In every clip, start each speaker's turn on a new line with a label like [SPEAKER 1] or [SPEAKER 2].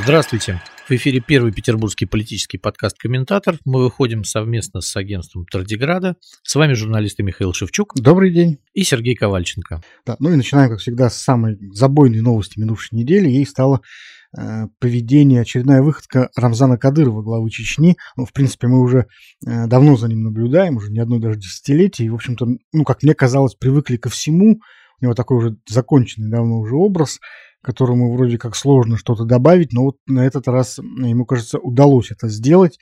[SPEAKER 1] Здравствуйте. В эфире первый петербургский политический подкаст «Комментатор». Мы выходим совместно с агентством Тардеграда. С вами журналисты Михаил Шевчук.
[SPEAKER 2] Добрый день.
[SPEAKER 1] И Сергей Ковальченко.
[SPEAKER 2] Да, ну и начинаем, как всегда, с самой забойной новости минувшей недели. Ей стало поведение, очередная выходка Рамзана Кадырова, главы Чечни. Ну, в принципе, мы уже давно за ним наблюдаем, уже не одно даже десятилетие. И, в общем-то, как мне казалось, привыкли ко всему. У него такой уже законченный давно уже образ, которому вроде как сложно что-то добавить, но вот на этот раз, ему кажется, удалось это сделать.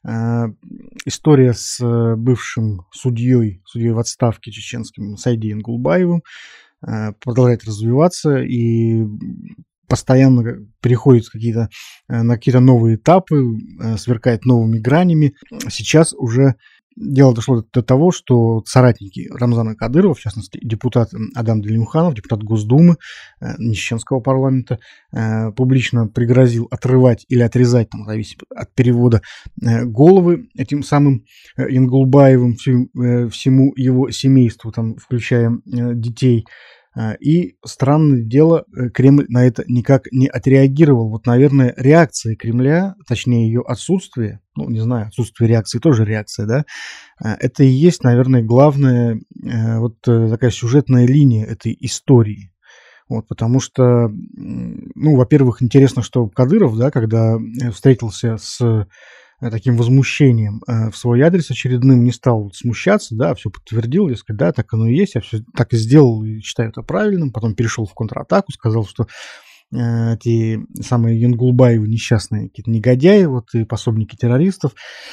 [SPEAKER 2] История с бывшим судьей в отставке чеченским Сайди Янгулбаевым продолжает развиваться и постоянно переходит на какие-то новые этапы, сверкает новыми гранями. Сейчас уже дело дошло до того, что соратники Рамзана Кадырова, в частности, депутат Адам Делимханов, депутат Госдумы чеченского парламента, публично пригрозил отрывать или отрезать, там, зависит от перевода, головы этим самым Янгулбаевым, всему его семейству, там, включая детей. И, странное дело, Кремль на это никак не отреагировал. Вот, наверное, реакция Кремля, точнее ее отсутствие, отсутствие реакции тоже реакция, да, это и есть, наверное, главная вот такая сюжетная линия этой истории. Вот, потому что, во-первых, интересно, что Кадыров, да, когда встретился с таким возмущением в свой адрес очередным, не стал смущаться, да, все подтвердил, и сказать, да, так оно и есть, я все так и сделал, и считаю это правильным, потом перешел в контратаку, сказал, что эти самые Янгулбаевы несчастные какие-то негодяи, вот, и пособники террористов,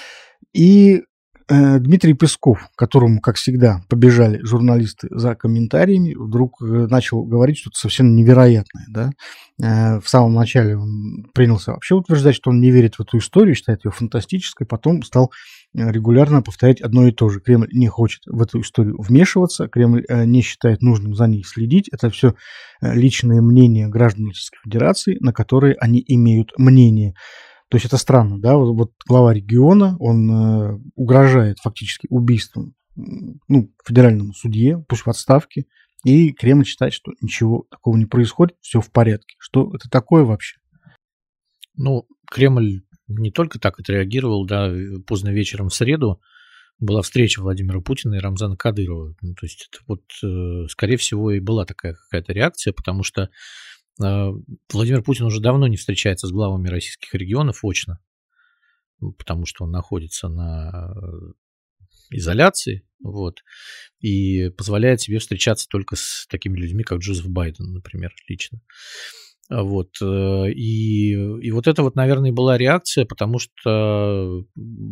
[SPEAKER 2] и Дмитрий Песков, которому, как всегда, побежали журналисты за комментариями, вдруг начал говорить что-то совсем невероятное. Да? В самом начале он принялся вообще утверждать, что он не верит в эту историю, считает ее фантастической, потом стал регулярно повторять одно и то же. Кремль не хочет в эту историю вмешиваться, Кремль не считает нужным за ней следить. Это все личные мнения граждан Российской Федерации, на которые они имеют мнение. То есть это странно, да, вот глава региона, он угрожает фактически убийством федеральному судье, пусть в отставке, и Кремль считает, что ничего такого не происходит, все в порядке. Что это такое вообще?
[SPEAKER 1] Кремль не только так отреагировал, да, поздно вечером в среду была встреча Владимира Путина и Рамзана Кадырова. То есть это вот, скорее всего, и была такая какая-то реакция, потому что Владимир Путин уже давно не встречается с главами российских регионов очно, потому что он находится на изоляции, вот, и позволяет себе встречаться только с такими людьми, как Джозеф Байден, например, лично. Вот, и вот это вот, наверное, была реакция, потому что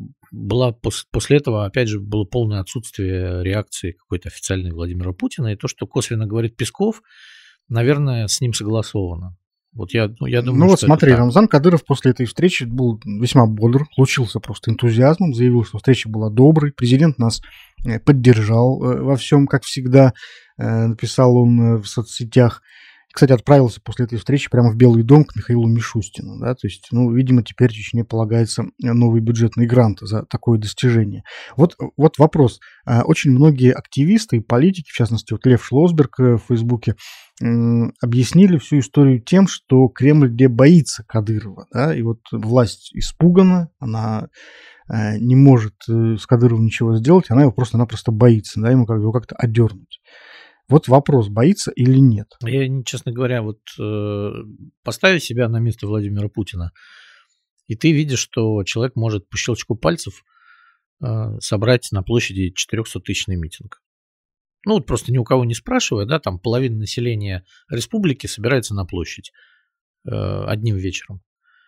[SPEAKER 1] после этого, опять же, было полное отсутствие реакции какой-то официальной Владимира Путина, и то, что косвенно говорит Песков, наверное, с ним согласовано. Вот я думаю, что
[SPEAKER 2] смотри, Рамзан Кадыров после этой встречи был весьма бодр, лучился просто энтузиазмом, заявил, что встреча была доброй, президент нас поддержал во всем, как всегда, написал он в соцсетях. Кстати, отправился после этой встречи прямо в Белый дом к Михаилу Мишустину. Да? То есть, видимо, теперь Чечне полагается новый бюджетный грант за такое достижение. Вот вопрос. Очень многие активисты и политики, в частности, вот Лев Шлосберг в Фейсбуке, объяснили всю историю тем, что Кремль боится Кадырова. Да? И вот власть испугана, она не может с Кадыровым ничего сделать, она его просто-напросто боится, да? Ему его как-то одернуть. Вот вопрос, боится или нет?
[SPEAKER 1] Я, честно говоря, поставив себя на место Владимира Путина, и ты видишь, что человек может по щелчку пальцев собрать на площади 400-тысячный митинг. Просто ни у кого не спрашивая, да, там половина населения республики собирается на площадь одним вечером.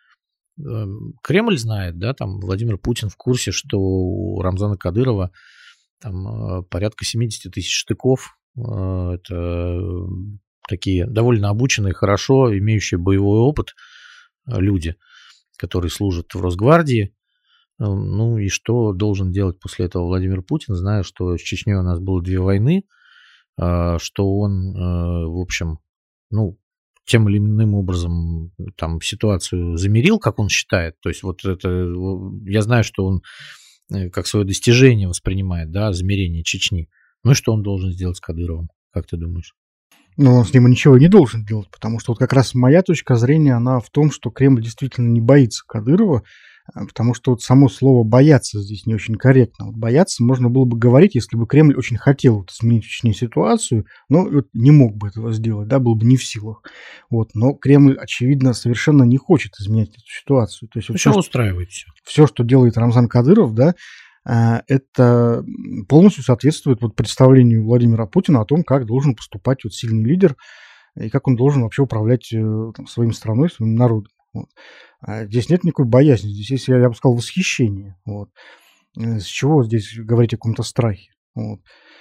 [SPEAKER 1] Кремль знает, да, там Владимир Путин в курсе, что у Рамзана Кадырова там порядка 70 тысяч штыков. Это такие довольно обученные, хорошо имеющие боевой опыт люди, которые служат в Росгвардии. И что должен делать после этого Владимир Путин, зная, что с Чечней у нас было 2 войны, что он, в общем, тем или иным образом там ситуацию замерил, как он считает. То есть вот это, я знаю, что он как свое достижение воспринимает, да, замерение Чечни. Ну и что он должен сделать с Кадыровым, как ты думаешь?
[SPEAKER 2] Но он с ним ничего не должен делать, потому что вот как раз моя точка зрения, она в том, что Кремль действительно не боится Кадырова, потому что вот само слово «бояться» здесь не очень корректно. Вот бояться можно было бы говорить, если бы Кремль очень хотел вот изменить в Чечне ситуацию, но вот не мог бы этого сделать, да, был бы не в силах. Вот. Но Кремль, очевидно, совершенно не хочет изменять эту ситуацию. То есть вот
[SPEAKER 1] Все устраивает все.
[SPEAKER 2] Все, что делает Рамзан Кадыров, да, это полностью соответствует вот представлению Владимира Путина о том, как должен поступать вот сильный лидер и как он должен вообще управлять там, своей страной, своим народом. Вот. Здесь нет никакой боязни, здесь есть, я бы сказал, восхищение. Вот. С чего здесь говорить о каком-то страхе? Вот.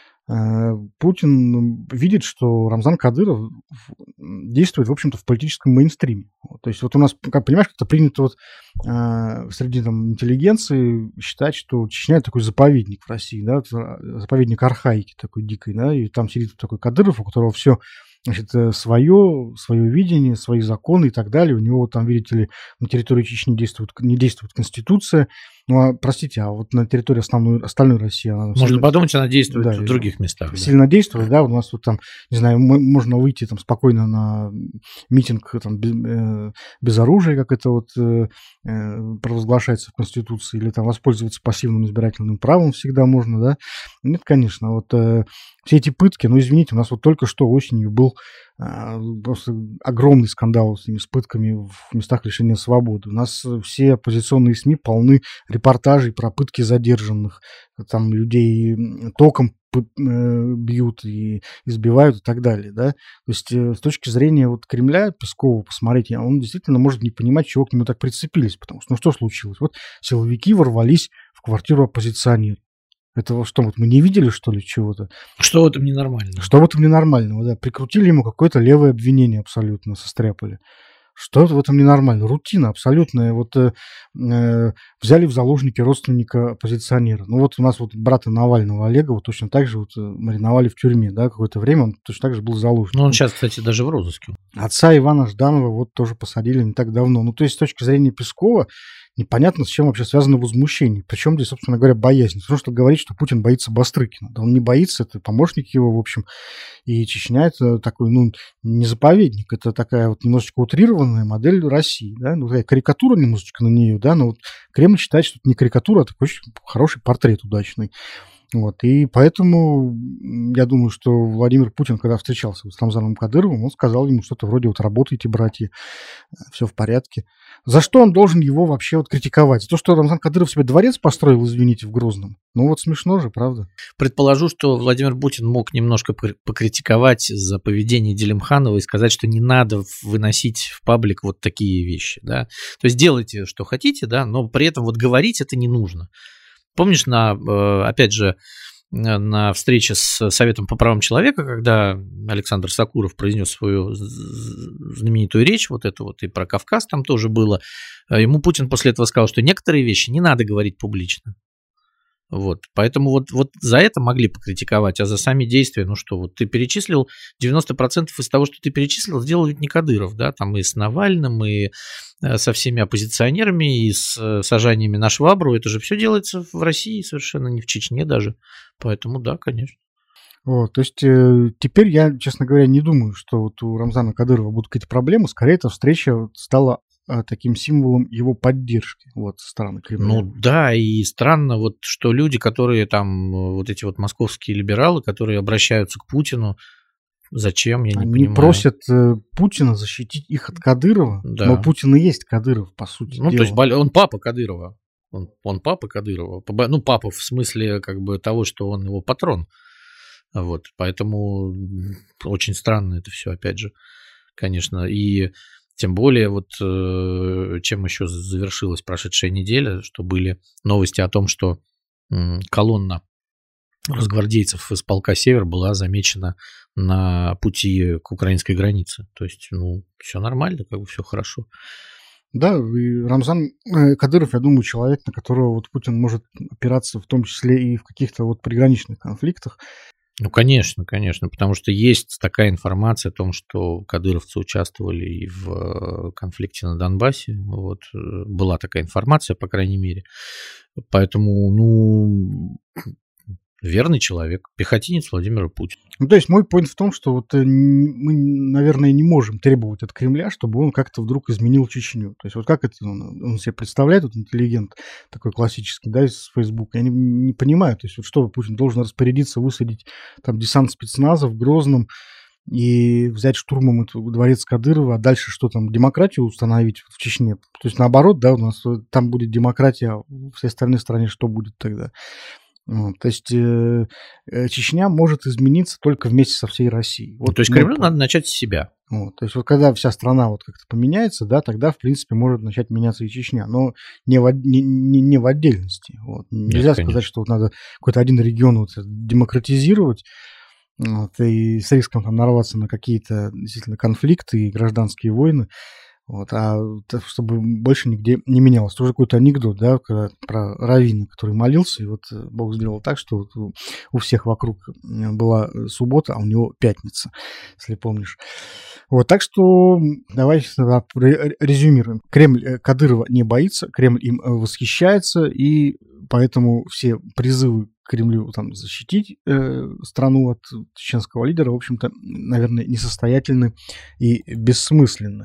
[SPEAKER 2] Путин видит, что Рамзан Кадыров действует, в общем-то, в политическом мейнстриме. Вот. То есть вот у нас, как понимаешь, как-то принято вот, среди там, интеллигенции считать, что Чечня – это такой заповедник в России, да, заповедник архаики такой дикой, да, и там сидит такой Кадыров, у которого все, значит, свое видение, свои законы и так далее. У него там, видите ли, на территории Чечни не действует Конституция. Ну, простите, а вот на территории остальной России...
[SPEAKER 1] Можно подумать, она действует в других местах.
[SPEAKER 2] Сильно действует, да. У нас вот там, не знаю, можно выйти там спокойно на митинг там, без оружия, как это вот провозглашается в Конституции, или там воспользоваться пассивным избирательным правом всегда можно, да. Нет, конечно, вот все эти пытки, ну, извините, у нас вот только что осенью был просто огромный скандал с пытками в местах лишения свободы. У нас все оппозиционные СМИ полны репортажей про пытки задержанных, там людей током бьют и избивают и так далее, да. То есть с точки зрения вот Кремля, Пескова, посмотрите, он действительно может не понимать, чего к нему так прицепились, потому что, ну, что случилось? Вот силовики ворвались в квартиру оппозиционера. Это что, вот мы не видели, что ли, чего-то?
[SPEAKER 1] Что в этом ненормального?
[SPEAKER 2] Что в этом ненормального, да. Прикрутили ему какое-то левое обвинение абсолютно, состряпали. Что в этом ненормально? Рутина абсолютная. Вот взяли в заложники родственника оппозиционера. Ну вот у нас вот брата Навального Олега вот точно так же вот мариновали в тюрьме, да, какое-то время он точно так же был заложником.
[SPEAKER 1] Ну он сейчас, кстати, даже в розыске.
[SPEAKER 2] Отца Ивана Жданова вот тоже посадили не так давно. Ну то есть с точки зрения Пескова непонятно, с чем вообще связано возмущение. Причем здесь, собственно говоря, боязнь. Потому что говорит, что Путин боится Бастрыкина. Да он не боится, это помощник его, в общем. И Чечня – это такой, ну, не заповедник. Это такая вот немножечко утрированная модель России. Да? Ну, такая карикатура немножечко на нее, да, но вот Кремль считает, что это не карикатура, а такой очень хороший портрет удачный. Вот. И поэтому я думаю, что Владимир Путин, когда встречался с Рамзаном Кадыровым, он сказал ему что-то вроде вот «работайте, братья, все в порядке». За что он должен его вообще вот критиковать? За то, что Рамзан Кадыров себе дворец построил, извините, в Грозном? Ну вот смешно же, правда?
[SPEAKER 1] Предположу, что Владимир Путин мог немножко покритиковать за поведение Делимханова и сказать, что не надо выносить в паблик вот такие вещи, да. То есть делайте, что хотите, да, но при этом вот говорить это не нужно. Помнишь, опять же, на встрече с Советом по правам человека, когда Александр Сакуров произнес свою знаменитую речь, вот эту вот, и про Кавказ там тоже было, ему Путин после этого сказал, что некоторые вещи не надо говорить публично. Вот, поэтому вот за это могли покритиковать, а за сами действия, ну что, вот ты перечислил, 90% из того, что ты перечислил, сделал ведь не Кадыров, да, там и с Навальным, и со всеми оппозиционерами, и с сажаниями на швабру, это же все делается в России, совершенно не в Чечне даже, поэтому да, конечно.
[SPEAKER 2] Вот, то есть теперь я, честно говоря, не думаю, что вот у Рамзана Кадырова будут какие-то проблемы, скорее эта встреча стала таким символом его поддержки вот со стороны Кремля.
[SPEAKER 1] Ну да, и странно вот, что люди, которые там, вот эти вот московские либералы, которые обращаются к Путину, зачем, я не понимаю.
[SPEAKER 2] Они просят Путина защитить их от Кадырова, да. Но Путин и есть Кадыров, по сути дела.
[SPEAKER 1] То есть он папа Кадырова, он папа Кадырова, ну папа в смысле как бы того, что он его патрон, вот, поэтому очень странно это все, опять же, конечно, и тем более, вот чем еще завершилась прошедшая неделя, что были новости о том, что колонна росгвардейцев из полка «Север» была замечена на пути к украинской границе. То есть, ну, все нормально, как бы все хорошо.
[SPEAKER 2] Да, и Рамзан Кадыров, я думаю, человек, на которого вот Путин может опираться в том числе и в каких-то вот приграничных конфликтах.
[SPEAKER 1] Ну, конечно, потому что есть такая информация о том, что кадыровцы участвовали и в конфликте на Донбассе. Вот, была такая информация, по крайней мере. Поэтому, ну, верный человек, пехотинец Владимира Путина.
[SPEAKER 2] Ну, то есть мой point в том, что вот мы, наверное, не можем требовать от Кремля, чтобы он как-то вдруг изменил Чечню. То есть вот как это он себе представляет, вот интеллигент такой классический, да, из Фейсбука, я не понимаю. То есть вот что Путин должен распорядиться высадить там десант спецназа в Грозном и взять штурмом дворец Кадырова, а дальше что там, демократию установить в Чечне? То есть наоборот, да, у нас там будет демократия, а в всей остальной стране что будет тогда? То есть Чечня может измениться только вместе со всей Россией. Вот,
[SPEAKER 1] то есть Кремлю надо начать с себя.
[SPEAKER 2] Вот, то есть вот когда вся страна вот как-то поменяется, да, тогда, в принципе, может начать меняться и Чечня, но не в отдельности. Вот. Нельзя сказать, что вот надо какой-то один регион вот демократизировать, вот, и с риском там нарваться на какие-то действительно конфликты и гражданские войны. Вот, а чтобы больше нигде не менялось. Это уже какой-то анекдот, да, про раввина, который молился, и вот Бог сделал так, что вот у всех вокруг была суббота, а у него пятница, если помнишь. Вот, так что давай резюмируем. Кремль Кадырова не боится, Кремль им восхищается, и поэтому все призывы к Кремлю там, защитить страну от чеченского лидера, в общем-то, наверное, несостоятельны и бессмысленны.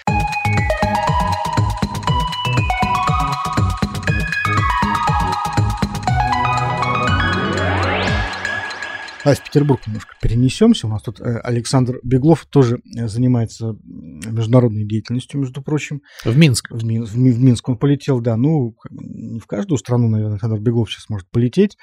[SPEAKER 2] А в Петербург немножко перенесемся. У нас тут Александр Беглов тоже занимается международной деятельностью, между прочим.
[SPEAKER 1] В Минск.
[SPEAKER 2] В Минск он полетел, да. Ну, не в каждую страну, наверное, Александр Беглов сейчас может полететь.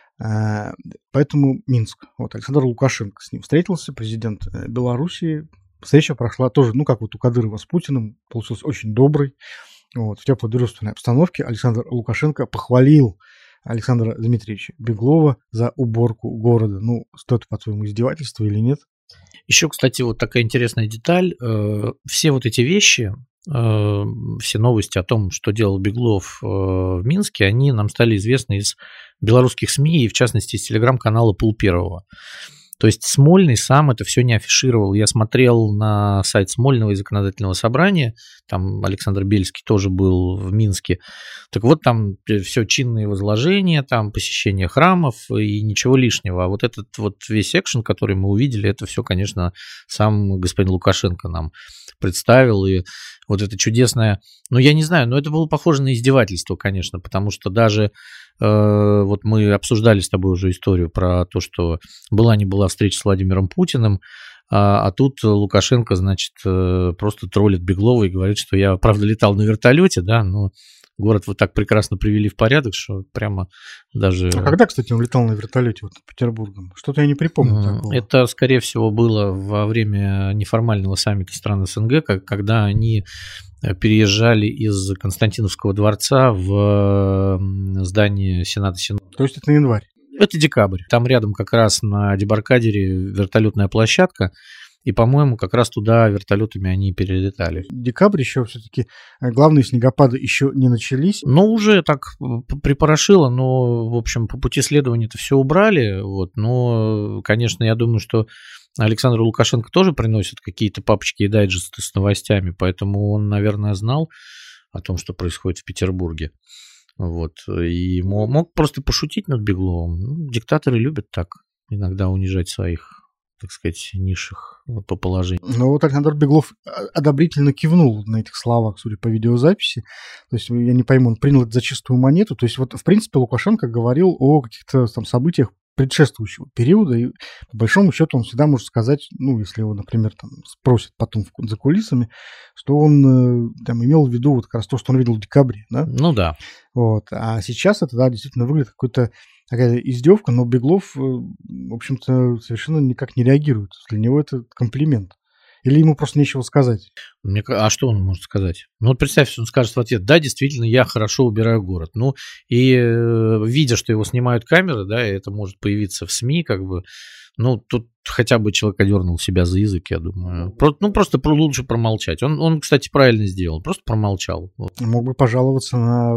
[SPEAKER 2] Поэтому Минск. Вот Александр Лукашенко с ним встретился, президент Белоруссии. Встреча прошла тоже, ну, как вот у Кадырова с Путиным, получилась очень доброй. Вот, в теплой дружественной обстановке Александр Лукашенко похвалил Александра Дмитриевича Беглова за уборку города. Ну, стоит, по-твоему, издевательство или нет?
[SPEAKER 1] Еще, кстати, вот такая интересная деталь. Все вот эти вещи, все новости о том, что делал Беглов в Минске, они нам стали известны из белорусских СМИ и, в частности, из телеграм-канала Пул-Первого. То есть Смольный сам это все не афишировал. Я смотрел на сайт Смольного и законодательного собрания, там Александр Бельский тоже был в Минске. Так вот, там все чинные возложения, там посещение храмов и ничего лишнего. А вот этот вот весь экшен, который мы увидели, это все, конечно, сам господин Лукашенко нам представил. И вот это чудесное... Ну, я не знаю, но это было похоже на издевательство, конечно, потому что даже... Вот мы обсуждали с тобой уже историю про то, что была не была встреча с Владимиром Путиным, а тут Лукашенко, значит, просто троллит Беглова и говорит, что я, правда, летал на вертолете, да, но город вот так прекрасно привели в порядок, что прямо даже...
[SPEAKER 2] А когда, кстати, он летал на вертолете вот над Петербургом? Что-то я не припомню такого.
[SPEAKER 1] Это, скорее всего, было во время неформального саммита стран СНГ, когда они переезжали из Константиновского дворца в здание Сената Синода.
[SPEAKER 2] То есть это январь?
[SPEAKER 1] Это декабрь. Там рядом как раз на дебаркадере вертолетная площадка, и, по-моему, как раз туда вертолетами они перелетали.
[SPEAKER 2] Декабрь еще все-таки, главные снегопады еще не начались.
[SPEAKER 1] Ну, уже так припорошило, но, в общем, по пути следования это все убрали. Вот. Но, конечно, я думаю, что Александру Лукашенко тоже приносят какие-то папочки и дайджесты с новостями, поэтому он, наверное, знал о том, что происходит в Петербурге. Вот. И мог просто пошутить над Бегловым. Ну, диктаторы любят так иногда унижать своих, так сказать, низших по положению.
[SPEAKER 2] Но вот Александр Беглов одобрительно кивнул на этих словах, судя по видеозаписи. То есть, я не пойму, он принял это за чистую монету. То есть, вот, в принципе, Лукашенко говорил о каких-то там событиях предшествующего периода, и по большому счету он всегда может сказать, ну, если его, например, там спросят потом за кулисами, что он там имел в виду вот как раз то, что он видел в декабре, да?
[SPEAKER 1] Ну да.
[SPEAKER 2] Вот. А сейчас это, да, действительно выглядит какой-то такая издевка, но Беглов, в общем-то, совершенно никак не реагирует. Для него это комплимент. Или ему просто нечего сказать?
[SPEAKER 1] А что он может сказать? Ну, вот представь, он скажет в ответ, да, действительно, я хорошо убираю город. Ну, и видя, что его снимают камеры, да, и это может появиться в СМИ, как бы, ну, тут хотя бы человек одернул себя за язык, я думаю. Просто лучше промолчать. Он, кстати, правильно сделал, просто промолчал. Вот.
[SPEAKER 2] Мог бы пожаловаться на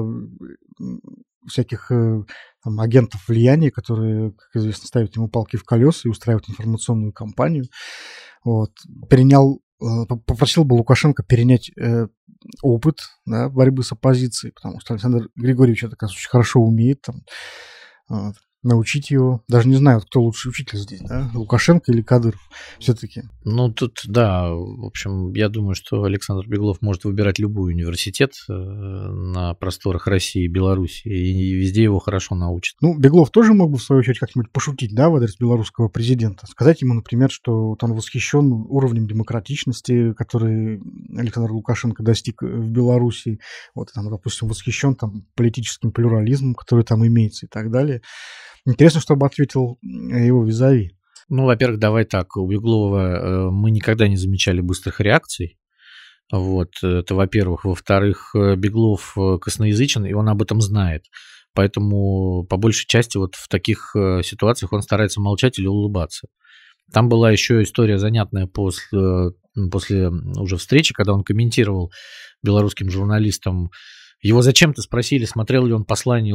[SPEAKER 2] всяких там, агентов влияния, которые, как известно, ставят ему палки в колеса и устраивают информационную кампанию. Вот. Попросил бы Лукашенко перенять опыт, да, борьбы с оппозицией, потому что Александр Григорьевич это, кажется, очень хорошо умеет. Там, вот. научить его. Даже не знаю, кто лучший учитель здесь, да? Лукашенко или Кадыров все-таки.
[SPEAKER 1] Ну, тут, да, в общем, я думаю, что Александр Беглов может выбирать любой университет на просторах России и Беларуси, и везде его хорошо научат.
[SPEAKER 2] Ну, Беглов тоже мог бы, в свою очередь, как-нибудь пошутить, да, в адрес белорусского президента. Сказать ему, например, что вот он восхищен уровнем демократичности, который Александр Лукашенко достиг в Беларуси. Вот, там, допустим, восхищен там политическим плюрализмом, который там имеется и так далее. Интересно, что бы ответил его визави.
[SPEAKER 1] Ну, во-первых, давай так, у Беглова мы никогда не замечали быстрых реакций. Вот, это во-первых. Во-вторых, Беглов косноязычен, и он об этом знает. Поэтому, по большей части, вот в таких ситуациях он старается молчать или улыбаться. Там была еще история занятная после уже встречи, когда он комментировал белорусским журналистам. Его зачем-то спросили, смотрел ли он послание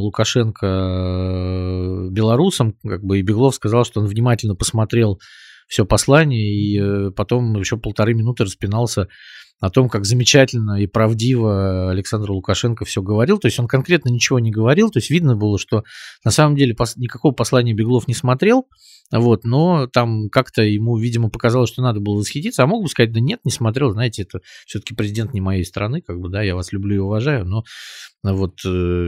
[SPEAKER 1] Лукашенко белорусам, как бы, и Беглов сказал, что он внимательно посмотрел все послание, и потом еще 1,5 минуты распинался о том, как замечательно и правдиво Александр Лукашенко все говорил. То есть он конкретно ничего не говорил, то есть видно было, что на самом деле никакого послания Беглов не смотрел, вот, но там как-то ему, видимо, показалось, что надо было восхититься, а мог бы сказать, да нет, не смотрел, знаете, это все-таки президент не моей страны, как бы, да, я вас люблю и уважаю, но вот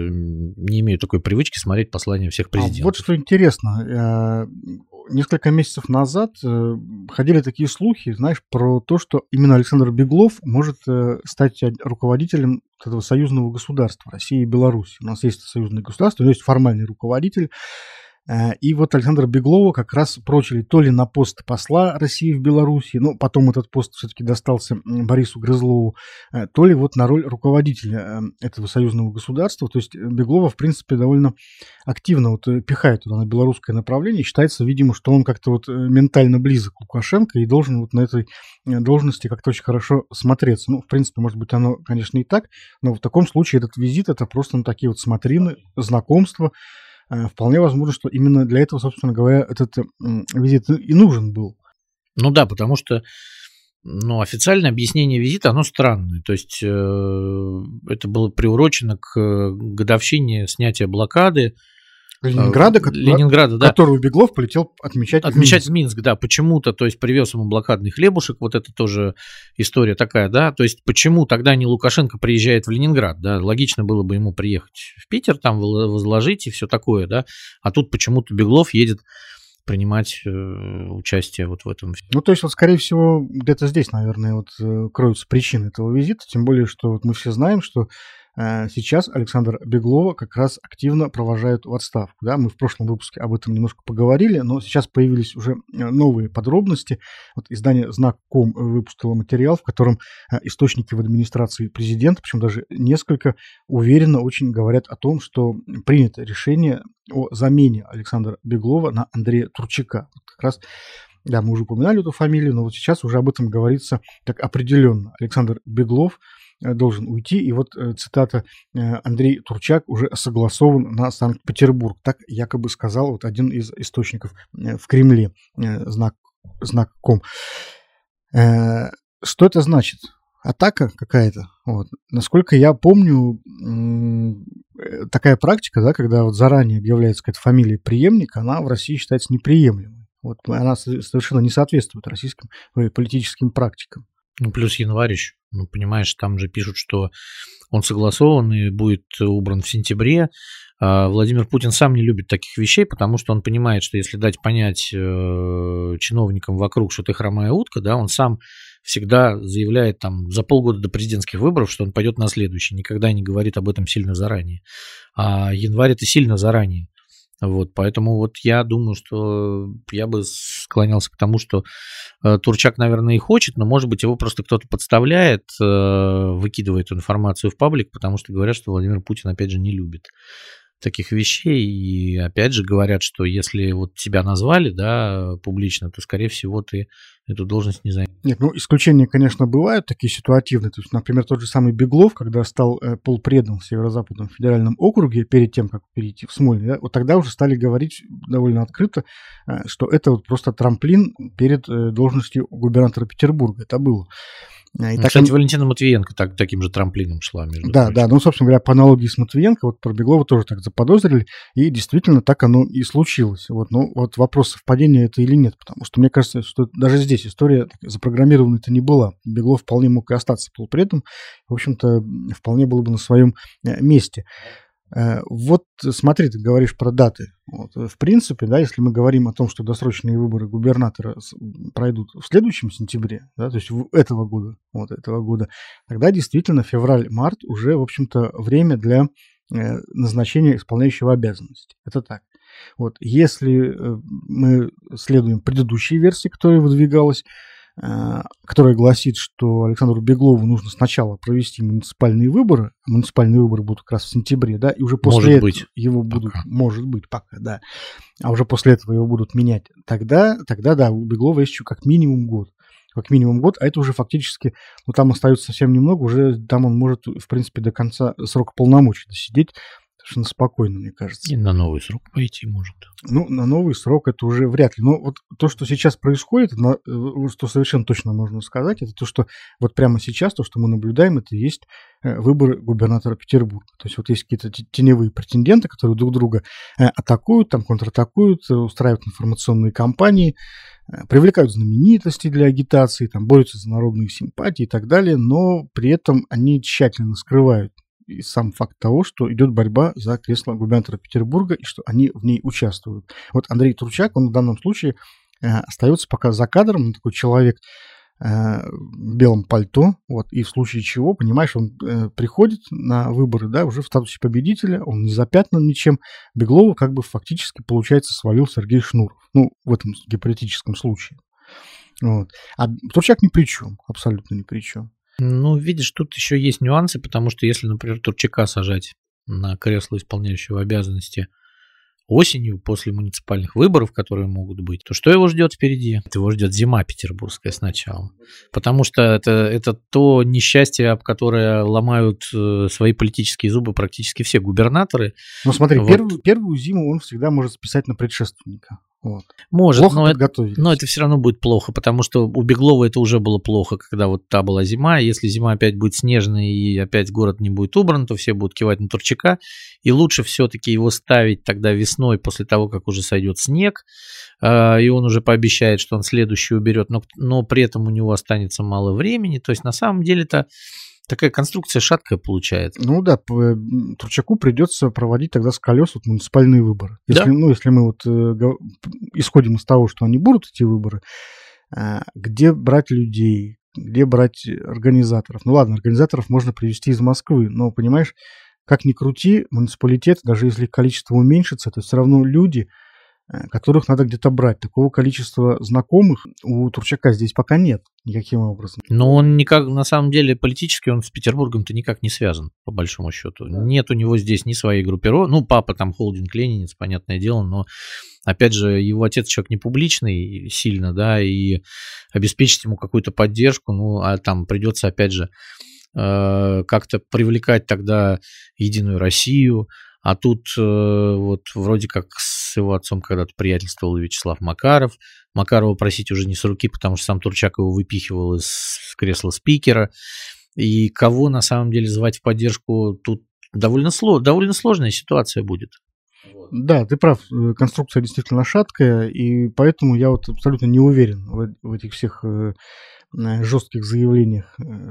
[SPEAKER 1] не имею такой привычки смотреть послания всех президентов.
[SPEAKER 2] Вот что интересно, несколько месяцев назад ходили такие слухи, знаешь, про то, что именно Александр Беглов может стать руководителем этого союзного государства России и Беларуси. У нас есть союзное государство, у него есть формальный руководитель. И вот Александра Беглова как раз прочили то ли на пост посла России в Беларуси, но потом этот пост все-таки достался Борису Грызлову, то ли вот на роль руководителя этого союзного государства. То есть Беглова, в принципе, довольно активно вот пихает туда на белорусское направление. Считается, видимо, что он как-то вот ментально близок к Лукашенко и должен вот на этой должности как-то очень хорошо смотреться. Ну, в принципе, может быть, оно, конечно, и так, но в таком случае этот визит – это просто такие вот смотрины, знакомства. Вполне возможно, что именно для этого, собственно говоря, этот визит и нужен был.
[SPEAKER 1] Ну да, потому что официальное объяснение визита, оно странное. То есть это было приурочено к годовщине снятия блокады
[SPEAKER 2] Ленинграда,
[SPEAKER 1] да.
[SPEAKER 2] Которую Беглов полетел отмечать
[SPEAKER 1] в Минск, да, почему-то, то есть привез ему блокадный хлебушек, вот это тоже история такая, да, то есть почему тогда не Лукашенко приезжает в Ленинград, да, логично было бы ему приехать в Питер, там возложить и все такое, да, а тут почему-то Беглов едет принимать участие вот в этом.
[SPEAKER 2] Ну, то есть, вот, скорее всего, где-то здесь, наверное, вот кроются причины этого визита, тем более, что вот мы все знаем, что сейчас Александра Беглова как раз активно провожают в отставку. Да? Мы в прошлом выпуске об этом немножко поговорили, но сейчас появились уже новые подробности. Вот издание «Знак.ком» выпустило материал, в котором источники в администрации президента, причем даже несколько, уверенно очень говорят о том, что принято решение о замене Александра Беглова на Андрея Турчака. Вот как раз, да, мы уже упоминали эту фамилию, но вот сейчас уже об этом говорится так определенно. Александр Беглов должен уйти. И вот цитата: Андрей Турчак уже согласован на Санкт-Петербург. Так якобы сказал вот один из источников в Кремле, знак.ком. Что это значит? Атака какая-то? Вот. Насколько я помню, такая практика, да, когда вот заранее объявляется какая-то фамилия преемника, она в России считается неприемлемой. Вот она совершенно не соответствует российским политическим практикам.
[SPEAKER 1] Ну, плюс январь еще. Ну, понимаешь, там же пишут, что он согласован и будет убран в сентябре. А Владимир Путин сам не любит таких вещей, потому что он понимает, что если дать понять чиновникам вокруг, что ты хромая утка, да, он сам всегда заявляет там за полгода до президентских выборов, что он пойдет на следующий, никогда не говорит об этом сильно заранее. А январь – это сильно заранее. Вот, поэтому вот я думаю, что я бы склонялся к тому, что Турчак, наверное, и хочет, но, может быть, его просто кто-то подставляет, выкидывает информацию в паблик, потому что говорят, что Владимир Путин, опять же, не любит таких вещей. И, опять же, говорят, что если вот тебя назвали, да, публично, то, скорее всего, ты эту должность не займешь.
[SPEAKER 2] Нет, ну, исключения, конечно, бывают такие ситуативные. То есть, например, тот же самый Беглов, когда стал полпредом в Северо-Западном федеральном округе, перед тем, как перейти в Смольный, да, вот тогда уже стали говорить довольно открыто, что это вот просто трамплин перед должностью губернатора Петербурга. Это было. И
[SPEAKER 1] кстати, Валентина Матвиенко таким же трамплином шла, между прочим.
[SPEAKER 2] Да, ну, собственно говоря, по аналогии с Матвиенко, вот про Беглова тоже так заподозрили, и действительно так оно и случилось. Ну, вопрос совпадения это или нет, потому что мне кажется, что даже здесь история запрограммирована-то не была. Беглов вполне мог и остаться полупредом, в общем-то, вполне было бы на своем месте. Вот смотри, ты говоришь про даты. В принципе, да, если мы говорим о том, что досрочные выборы губернатора пройдут в следующем сентябре, да, то есть этого года, тогда действительно февраль-март уже, в общем-то, время для назначения исполняющего обязанности. Это так. Если мы следуем предыдущей версии, которая выдвигалась, которая гласит, что Александру Беглову нужно сначала провести муниципальные выборы, а муниципальные выборы будут как раз в сентябре, да, и уже после этого его будут, может быть, пока, да, а уже после этого его будут менять, тогда, да, у Беглова есть еще как минимум год, а это уже фактически, там остается совсем немного, уже там он может, в принципе, до конца срока полномочий досидеть, совершенно спокойно, мне кажется.
[SPEAKER 1] И на новый срок пойти может.
[SPEAKER 2] На новый срок это уже вряд ли. Но то, что сейчас происходит, что совершенно точно можно сказать, это то, что прямо сейчас, то, что мы наблюдаем, это и есть выборы губернатора Петербурга. То есть есть какие-то теневые претенденты, которые друг друга атакуют, контратакуют, устраивают информационные кампании, привлекают знаменитости для агитации, борются за народные симпатии и так далее, но при этом они тщательно скрывают и сам факт того, что идет борьба за кресло губернатора Петербурга и что они в ней участвуют. Андрей Турчак, он в данном случае остается пока за кадром, он такой человек в белом пальто, и в случае чего, понимаешь, он приходит на выборы, да, уже в статусе победителя, он не запятнан ничем, Беглова фактически, получается, свалил Сергей Шнуров, в этом гипотетическом случае. А Турчак ни при чем, абсолютно ни при чем.
[SPEAKER 1] Видишь, тут еще есть нюансы, потому что если, например, Турчака сажать на кресло исполняющего обязанности осенью после муниципальных выборов, которые могут быть, то что его ждет впереди? Его ждет зима петербургская сначала. Потому что это то несчастье, об которое ломают свои политические зубы практически все губернаторы.
[SPEAKER 2] Смотри, первую зиму он всегда может списать на предшественника.
[SPEAKER 1] Может, но это все равно будет плохо, потому что у Беглова это уже было плохо, когда та была зима. Если зима опять будет снежной и опять город не будет убран, то все будут кивать на Турчака. И лучше все-таки его ставить тогда весной, после того, как уже сойдет снег, и он уже пообещает, что он следующий уберет, но при этом у него останется мало времени. То есть на самом деле-то такая конструкция шаткая получается.
[SPEAKER 2] Турчаку придется проводить тогда с колес муниципальные выборы. Если мы исходим из того, что они будут, эти выборы, где брать людей, где брать организаторов? Организаторов можно привезти из Москвы, но, понимаешь, как ни крути, муниципалитет, даже если их количество уменьшится, это все равно люди, которых надо где-то брать. Такого количества знакомых у Турчака здесь пока нет никаким образом.
[SPEAKER 1] Но он никак, на самом деле, политически он с Петербургом-то никак не связан, по большому счету. Нет у него здесь ни своей группировки. Папа там холдинг ленинец, понятное дело, но, опять же, его отец человек не публичный сильно, да, и обеспечить ему какую-то поддержку, а там придется, опять же, как-то привлекать тогда Единую Россию. А тут вроде как с его отцом когда-то приятельствовал Вячеслав Макаров. Макарова просить уже не с руки, потому что сам Турчак его выпихивал из кресла спикера. И кого на самом деле звать в поддержку, тут довольно сложная ситуация будет.
[SPEAKER 2] Да, ты прав, конструкция действительно шаткая, и поэтому я абсолютно не уверен в этих всех жестких заявлениях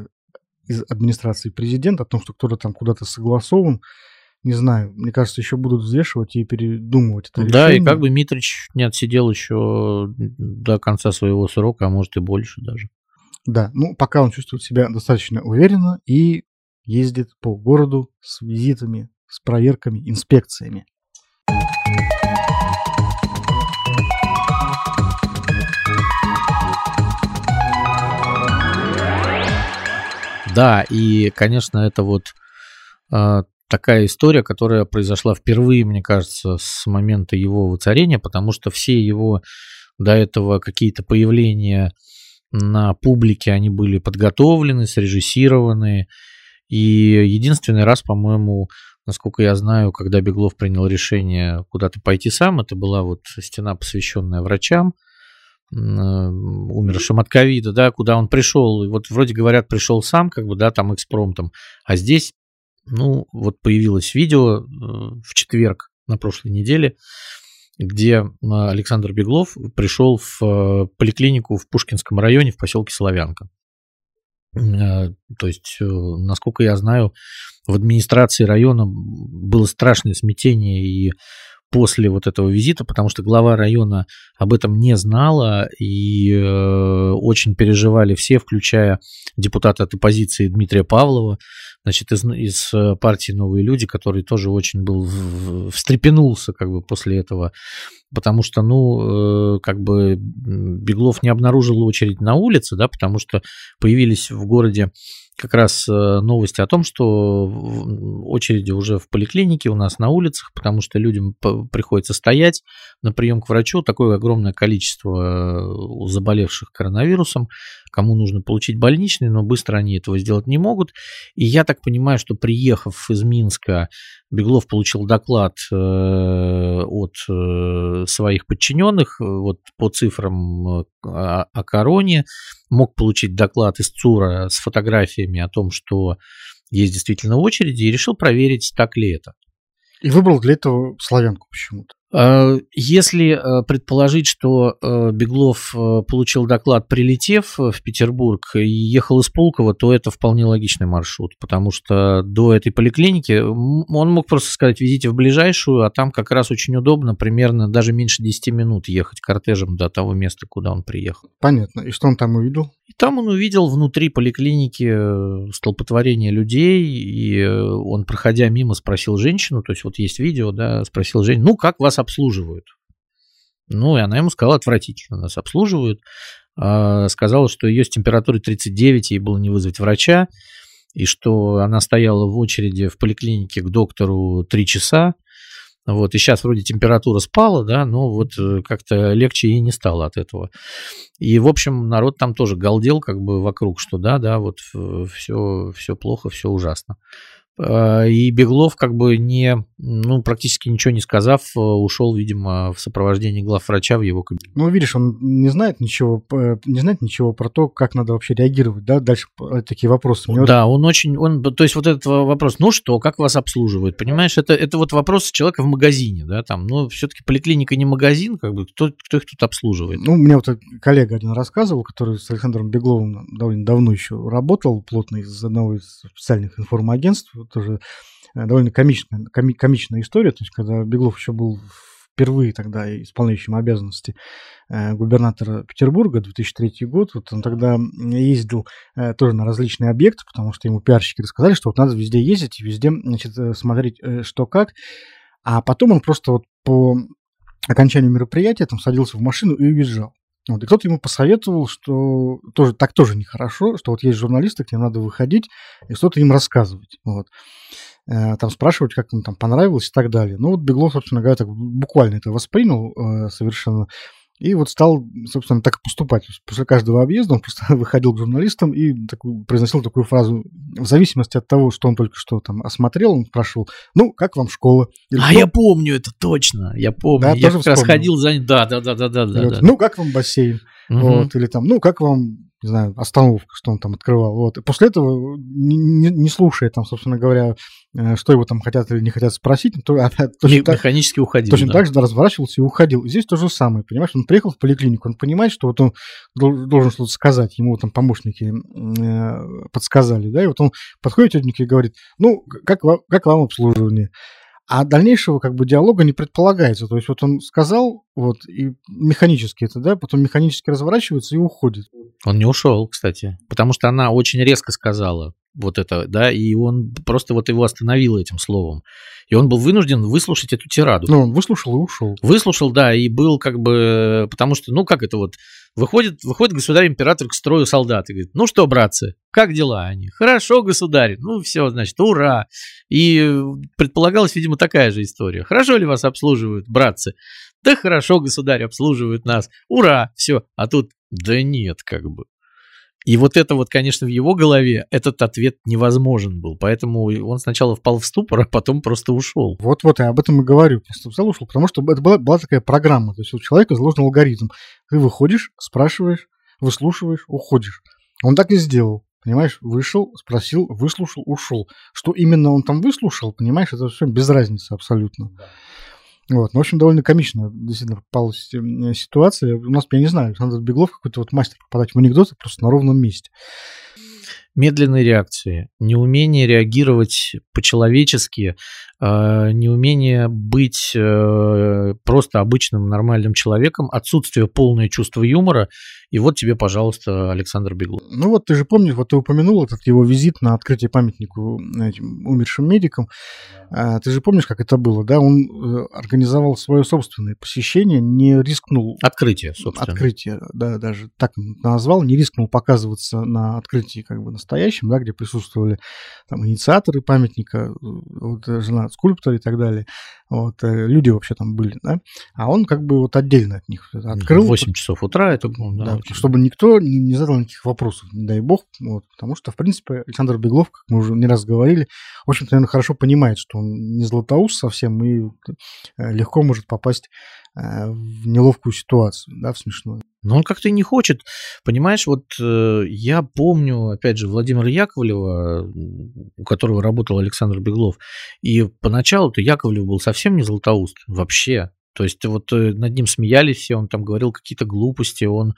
[SPEAKER 2] из администрации президента о том, что кто-то там куда-то согласован. Не знаю, мне кажется, еще будут взвешивать и передумывать это решение.
[SPEAKER 1] Да, и как бы Митрич не отсидел еще до конца своего срока, а может и больше даже.
[SPEAKER 2] Да, пока он чувствует себя достаточно уверенно и ездит по городу с визитами, с проверками, инспекциями.
[SPEAKER 1] Да, и, конечно, это такая история, которая произошла впервые, мне кажется, с момента его воцарения, потому что все его до этого какие-то появления на публике, они были подготовлены, срежиссированы. И единственный раз, по-моему, насколько я знаю, когда Беглов принял решение куда-то пойти сам, это была стена, посвященная врачам. умершим от ковида, да, куда он пришел, и вот вроде говорят, пришел сам, как бы, да, там экспромтом, а здесь, ну, вот появилось видео в четверг на прошлой неделе, где Александр Беглов пришел в поликлинику в Пушкинском районе в поселке Славянка. То есть, насколько я знаю, в администрации района было страшное смятение и после вот этого визита, потому что глава района об этом не знала, и очень переживали все, включая депутата от оппозиции Дмитрия Павлова, значит, из партии «Новые люди», который тоже очень был встрепенулся как бы после этого, потому что, ну, как бы Беглов не обнаружил очередь на улице, да, потому что появились в городе как раз новости о том, что очереди уже в поликлинике у нас на улицах, потому что людям приходится стоять на прием к врачу. Такое огромное количество заболевших коронавирусом, кому нужно получить больничный, но быстро они этого сделать не могут. И я так понимаю, что приехав из Минска, Беглов получил доклад от своих подчиненных, вот по цифрам о короне, мог получить доклад из ЦУРа с фотографиями о том, что есть действительно очереди, и решил проверить, так ли это.
[SPEAKER 2] И выбрал для этого Славянку почему-то.
[SPEAKER 1] Если предположить, что Беглов получил доклад, прилетев в Петербург и ехал из Пулково, то это вполне логичный маршрут, потому что до этой поликлиники он мог просто сказать, везите в ближайшую, а там как раз очень удобно, примерно даже меньше 10 минут ехать кортежем до того места, куда он приехал.
[SPEAKER 2] Понятно. И что он там увидел?
[SPEAKER 1] И там он увидел внутри поликлиники столпотворение людей, и он, проходя мимо, спросил женщину, то есть вот есть видео, да, спросил женщину, ну, как вас обслуживают? Ну, и она ему сказала, отвратительно нас обслуживают. Сказала, что ее с температурой 39, ей было не вызвать врача, и что она стояла в очереди в поликлинике к доктору 3 часа, вот, и сейчас вроде температура спала, да, но вот как-то легче ей не стало от этого. И, в общем, народ там тоже галдел как бы вокруг, что да, вот все плохо, все ужасно. И Беглов, как бы практически ничего не сказав, ушел, видимо, в сопровождении главврача в его кабинет.
[SPEAKER 2] Ну, видишь, он не знает ничего про то, как надо вообще реагировать, да, дальше такие вопросы.
[SPEAKER 1] Да, то есть вот этот вопрос, ну что, как вас обслуживают, понимаешь, это вот вопрос человека в магазине, да, там, ну, все-таки поликлиника не магазин, как бы, кто их тут обслуживает?
[SPEAKER 2] Ну, мне вот коллега один рассказывал, который с Александром Бегловым довольно давно еще работал, плотно из одного из специальных информагентств, тоже довольно комичная история, то есть когда Беглов еще был впервые тогда исполняющим обязанности губернатора Петербурга, 2003 год, вот он тогда ездил тоже на различные объекты, потому что ему пиарщики рассказали, что вот надо везде ездить и везде, значит, смотреть, что как, а потом он просто вот по окончанию мероприятия там садился в машину и уезжал. Вот, и кто-то ему посоветовал, что тоже нехорошо, что вот есть журналисты, к ним надо выходить и что-то им рассказывать. Вот. Там спрашивать, как им там понравилось и так далее. Ну вот Беглов, собственно говоря, так буквально это воспринял совершенно. И вот стал, собственно, так и поступать. После каждого объезда он просто выходил к журналистам и произносил такую фразу. В зависимости от того, что он только что там осмотрел, он спрашивал, ну, как вам школа?
[SPEAKER 1] Или, я помню это точно, я помню. Да, я как раз ходил за ним. Да.
[SPEAKER 2] Ну, как вам бассейн? Угу. Вот, или там, ну, как вам, не знаю, остановка, что он там открывал. Вот. И после этого, не слушая там, собственно говоря, что его там хотят или не хотят спросить,
[SPEAKER 1] механически уходил.
[SPEAKER 2] Точно так же разворачивался и уходил. И здесь то же самое, понимаешь? Он приехал в поликлинику, он понимает, что вот он должен что-то сказать, ему там помощники подсказали, да, и вот он подходит к тетеньке и говорит, ну, как вам обслуживание? А дальнейшего как бы диалога не предполагается. То есть вот он сказал, вот, и механически это, да, потом механически разворачивается и уходит.
[SPEAKER 1] Он не ушел, кстати, потому что она очень резко сказала вот это, да, и он просто вот его остановил этим словом. И он был вынужден выслушать эту тираду.
[SPEAKER 2] Ну, он выслушал и ушел.
[SPEAKER 1] Выслушал, да, и был как бы, потому что, ну, как это вот, выходит государь-император к строю солдат и говорит, ну что, братцы, как дела они? Хорошо, государь, ну все, значит, ура. И предполагалась, видимо, такая же история. Хорошо ли вас обслуживают, братцы? Да хорошо, государь, обслуживают нас, ура, все. А тут, да нет, как бы. И вот это вот, конечно, в его голове этот ответ невозможен был. Поэтому он сначала впал в ступор, а потом просто ушел.
[SPEAKER 2] Вот, я об этом и говорю. Просто взял, ушел, потому что это была такая программа. То есть у человека заложен алгоритм. Ты выходишь, спрашиваешь, выслушиваешь, уходишь. Он так и сделал. Понимаешь, вышел, спросил, выслушал, ушел. Что именно он там выслушал, понимаешь, это все без разницы абсолютно. Вот. Ну, в общем, довольно комично действительно попалась ситуация. У нас, я не знаю, Александр Беглов какой-то вот мастер попадать в анекдоты просто на ровном месте.
[SPEAKER 1] Медленные реакции, неумение реагировать по-человечески, неумение быть просто обычным нормальным человеком, отсутствие полное чувства юмора. И вот тебе, пожалуйста, Александр Беглов.
[SPEAKER 2] Ну вот ты же помнишь, вот ты упомянул этот его визит на открытие памятнику этим умершим медикам. Ты же помнишь, как это было, да? Он организовал свое собственное посещение, не рискнул...
[SPEAKER 1] Открытие, собственно.
[SPEAKER 2] Открытие, да, даже так назвал, не рискнул показываться на открытии как бы настоящем, да, где присутствовали там инициаторы памятника, вот, жена скульптора и так далее. Вот, люди вообще там были, да? А он как бы вот отдельно от них открыл.
[SPEAKER 1] В 8 часов утра это было,
[SPEAKER 2] да, чтобы никто не задал никаких вопросов, не дай бог, вот, потому что, в принципе, Александр Беглов, как мы уже не раз говорили, в общем-то, наверное, хорошо понимает, что он не Златоуст совсем и легко может попасть в неловкую ситуацию, да, в смешную.
[SPEAKER 1] Но он как-то и не хочет. Понимаешь, вот я помню, опять же, Владимира Яковлева, у которого работал Александр Беглов, и поначалу-то Яковлев был совсем не Златоуст вообще. То есть вот над ним смеялись все, он там говорил какие-то глупости, он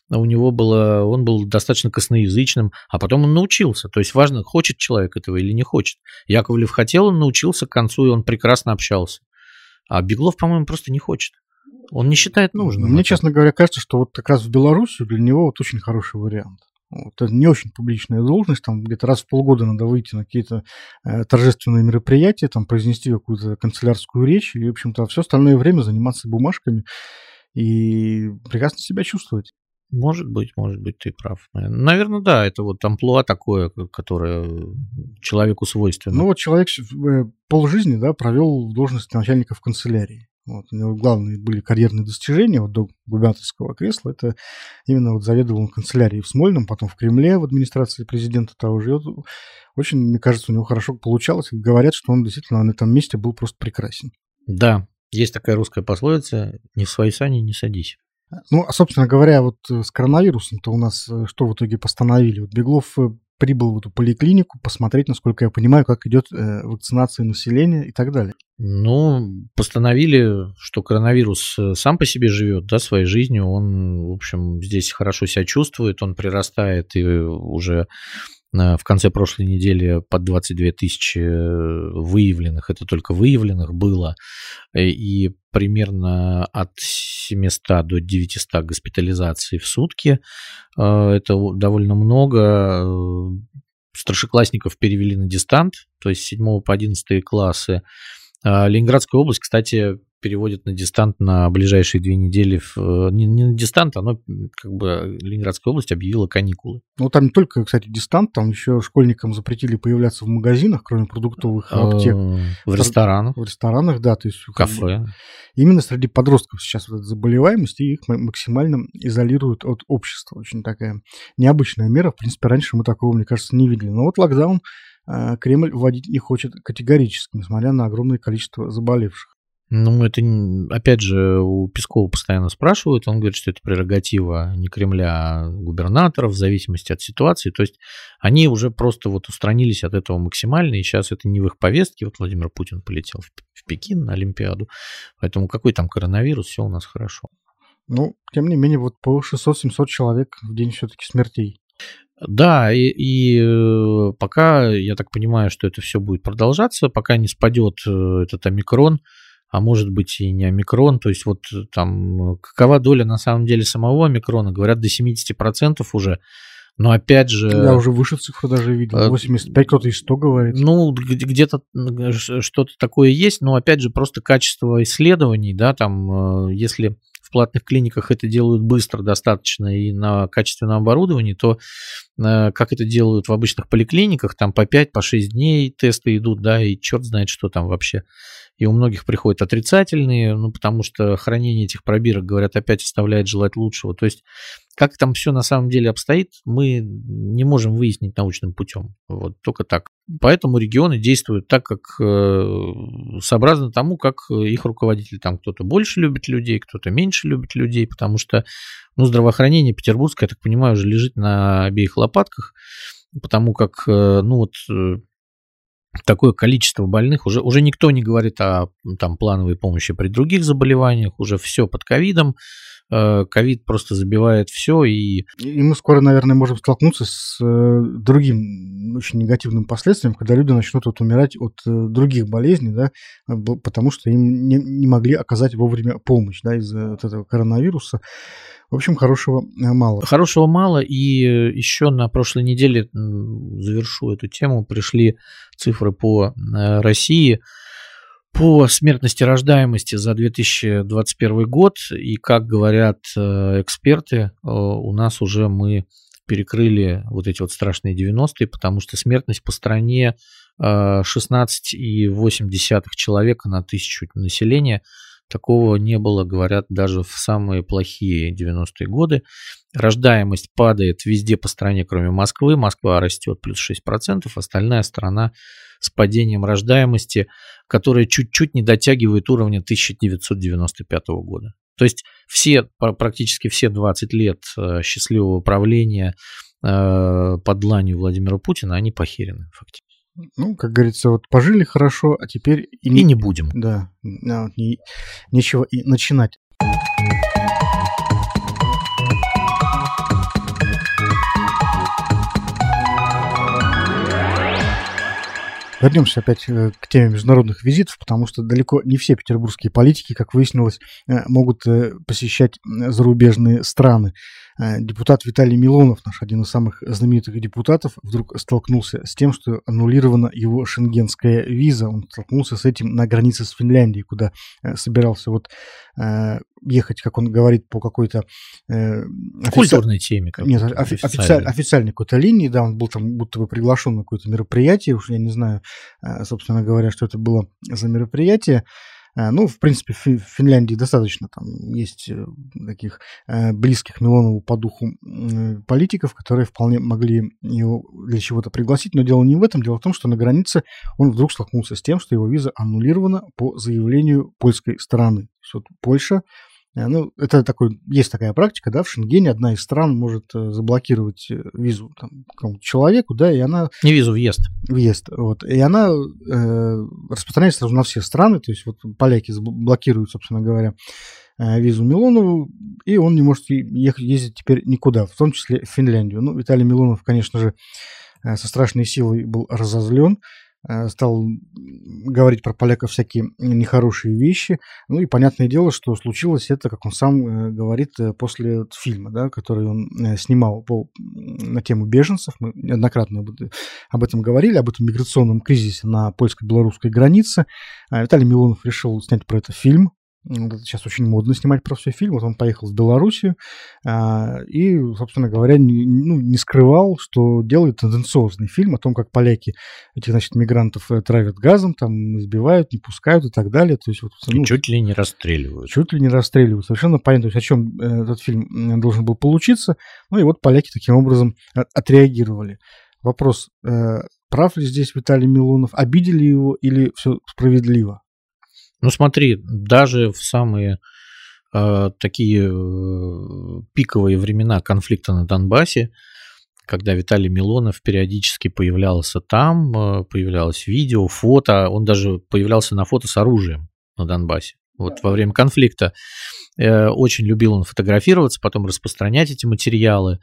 [SPEAKER 1] был достаточно косноязычным, а потом он научился. То есть важно, хочет человек этого или не хочет. Яковлев хотел, он научился к концу, и он прекрасно общался. А Беглов, по-моему, просто не хочет. Он не считает нужным.
[SPEAKER 2] Мне, честно говоря, кажется, что вот как раз в Беларуси для него вот очень хороший вариант. Вот, это не очень публичная должность, там где-то раз в полгода надо выйти на какие-то торжественные мероприятия, там произнести какую-то канцелярскую речь и, в общем-то, все остальное время заниматься бумажками и прекрасно себя чувствовать.
[SPEAKER 1] Может быть, ты прав. Наверное, да, это вот амплуа такое, которое человеку свойственно.
[SPEAKER 2] Ну вот человек полжизни, да, провел в должности начальника в канцелярии. Вот, у него главные были карьерные достижения вот, до губернаторского кресла. Это именно вот заведовал он канцелярией в Смольном, потом в Кремле, в администрации президента того же. Вот, очень, мне кажется, у него хорошо получалось. И говорят, что он действительно на этом месте был просто прекрасен.
[SPEAKER 1] Да, есть такая русская пословица: «Не в свои сани не садись».
[SPEAKER 2] Ну, а, собственно говоря, вот с коронавирусом-то у нас что в итоге постановили? Вот Беглов прибыл в эту поликлинику посмотреть, насколько я понимаю, как идет вакцинация населения и так далее.
[SPEAKER 1] Ну, постановили, что коронавирус сам по себе живет, да, своей жизнью. Он, в общем, здесь хорошо себя чувствует, он прирастает, и уже в конце прошлой недели под 22 тысячи выявленных, это только выявленных было, и примерно от 700 до 900 госпитализаций в сутки. Это довольно много. Старшеклассников перевели на дистант, то есть с 7 по 11 классы. Ленинградская область, кстати, переводит на дистант на ближайшие 2 недели. Не на дистант, оно как бы Ленинградская область объявила каникулы.
[SPEAKER 2] Ну, там не только, кстати, дистант, там еще школьникам запретили появляться в магазинах, кроме продуктовых аптек.
[SPEAKER 1] В ресторанах.
[SPEAKER 2] В ресторанах, да. То есть,
[SPEAKER 1] кафе.
[SPEAKER 2] Именно среди подростков сейчас вот эта заболеваемость, и их максимально изолируют от общества. Очень такая необычная мера. В принципе, раньше мы такого, мне кажется, не видели. Но вот локдаун Кремль вводить не хочет категорически, несмотря на огромное количество заболевших.
[SPEAKER 1] Ну, это, опять же, у Пескова постоянно спрашивают, он говорит, что это прерогатива не Кремля, а губернаторов, в зависимости от ситуации, то есть они уже просто вот устранились от этого максимально, и сейчас это не в их повестке, вот Владимир Путин полетел в Пекин на Олимпиаду, поэтому какой там коронавирус, все у нас хорошо.
[SPEAKER 2] Ну, тем не менее, вот по 600-700 человек в день все-таки смертей.
[SPEAKER 1] Да, и пока, я так понимаю, что это все будет продолжаться, пока не спадет этот омикрон, а может быть и не омикрон, то есть вот там какова доля на самом деле самого омикрона, говорят, до 70% уже, но опять же...
[SPEAKER 2] Я уже выше цифры даже видел, 85, кто-то и 100 говорит.
[SPEAKER 1] Ну, где-то что-то такое есть, но опять же просто качество исследований, да, там, если в платных клиниках это делают быстро достаточно и на качественном оборудовании, то как это делают в обычных поликлиниках, там по 5, по 6 дней тесты идут, да, и черт знает, что там вообще. И у многих приходят отрицательные, ну, потому что хранение этих пробирок, говорят, опять оставляет желать лучшего. То есть, как там все на самом деле обстоит, мы не можем выяснить научным путем. Вот, только так. Поэтому регионы действуют так, как сообразно тому, как их руководители. Там кто-то больше любит людей, кто-то меньше любит людей, потому что, ну, здравоохранение петербургское, я так понимаю, уже лежит на обеих лопатках, потому как, ну, вот такое количество больных, уже никто не говорит о там, плановой помощи при других заболеваниях, уже все под ковидом, ковид просто забивает все. И
[SPEAKER 2] мы скоро, наверное, можем столкнуться с другим очень негативным последствием, когда люди начнут вот умирать от других болезней, да, потому что им не могли оказать вовремя помощь, да, из-за вот этого коронавируса. В общем, хорошего мало.
[SPEAKER 1] Хорошего мало, и еще на прошлой неделе, завершу эту тему, пришли цифры по России, по смертности, рождаемости за 2021 год, и, как говорят эксперты, у нас уже мы перекрыли вот эти вот страшные 90-е, потому что смертность по стране 16,8 человека на 1000 населения. Такого не было, говорят, даже в самые плохие 90-е годы. Рождаемость падает везде по стране, кроме Москвы. Москва растет плюс 6%, остальная страна с падением рождаемости, которая чуть-чуть не дотягивает уровня 1995 года. То есть практически все 20 лет счастливого правления под дланью Владимира Путина, они похерены фактически.
[SPEAKER 2] Ну, как говорится, вот пожили хорошо, а теперь
[SPEAKER 1] и не будем.
[SPEAKER 2] Да, нечего и начинать. Вернемся опять к теме международных визитов, потому что далеко не все петербургские политики, как выяснилось, могут посещать зарубежные страны. Депутат Виталий Милонов, наш один из самых знаменитых депутатов, вдруг столкнулся с тем, что аннулирована его шенгенская виза. Он столкнулся с этим на границе с Финляндией, куда собирался вот ехать, как он говорит, по какой-то
[SPEAKER 1] культурной теме.
[SPEAKER 2] Нет, официальной какой-то линии, да, он был там будто бы приглашен на какое-то мероприятие, уж я не знаю, собственно говоря, что это было за мероприятие. Ну, в принципе, в Финляндии достаточно там есть таких близких Милонову по духу политиков, которые вполне могли его для чего-то пригласить, но дело не в этом, дело в том, что на границе он вдруг столкнулся с тем, что его виза аннулирована по заявлению польской стороны. Вот Польша, ну, это есть такая практика, да, в Шенгене одна из стран может заблокировать визу там, какому-то человеку, да, и она...
[SPEAKER 1] Не визу, въезд.
[SPEAKER 2] Въезд, вот, и она распространяется сразу на все страны, то есть вот поляки блокируют, собственно говоря, визу Милонову, и он не может ездить теперь никуда, в том числе в Финляндию. Ну, Виталий Милонов, конечно же, со страшной силой был разозлен, стал говорить про поляков всякие нехорошие вещи. Ну и понятное дело, что случилось это, как он сам говорит, после фильма, да, который он снимал на тему беженцев. Мы неоднократно об этом говорили, об этом миграционном кризисе на польско-белорусской границе. Виталий Милонов решил снять про это фильм. Сейчас очень модно снимать про все фильм. Вот он поехал в Белоруссию и, собственно говоря, не скрывал, что делает тенденциозный фильм о том, как поляки этих, значит, мигрантов травят газом, там избивают, не пускают и так далее. То есть, вот,
[SPEAKER 1] и чуть ли не расстреливают.
[SPEAKER 2] Чуть ли не расстреливают. Совершенно понятно, то есть, о чем этот фильм должен был получиться. Ну и вот поляки таким образом отреагировали. Вопрос, прав ли здесь Виталий Милонов, обидели его или все справедливо?
[SPEAKER 1] Ну, смотри, даже в самые такие пиковые времена конфликта на Донбассе, когда Виталий Милонов периодически появлялся там, появлялось видео, фото, он даже появлялся на фото с оружием на Донбассе. Вот во время конфликта очень любил он фотографироваться, потом распространять эти материалы.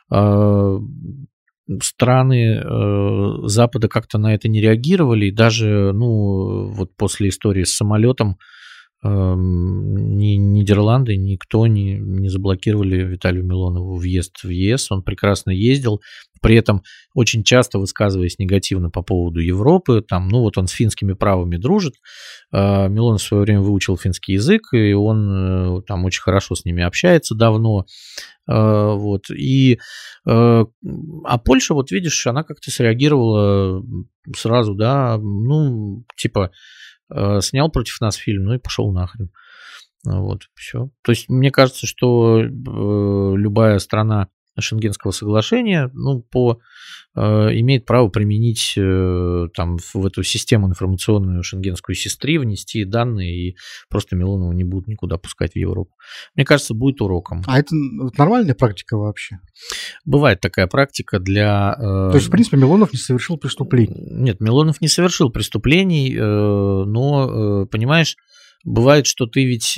[SPEAKER 1] Страны Запада как-то на это не реагировали, и даже, ну, вот после истории с самолетом ни Нидерланды, никто не заблокировали Виталию Милонову въезд в ЕС. Он прекрасно ездил, при этом очень часто высказываясь негативно по поводу Европы. Там, ну вот он с финскими правами дружит. Милонов в свое время выучил финский язык, и он там очень хорошо с ними общается давно. Вот. А Польша, вот видишь, она как-то среагировала сразу, да, ну, типа, снял против нас фильм, ну и пошел нахрен. Вот, все. То есть, мне кажется, что любая страна Шенгенского соглашения, ну, имеет право применить там в эту систему информационную шенгенскую СИС-3, внести данные, и просто Милонова не будут никуда пускать в Европу. Мне кажется, будет уроком.
[SPEAKER 2] А это нормальная практика вообще?
[SPEAKER 1] Бывает такая практика для...
[SPEAKER 2] То есть, в принципе, Милонов не совершил преступлений?
[SPEAKER 1] Нет, Милонов не совершил преступлений, но, понимаешь, бывает, что ты ведь,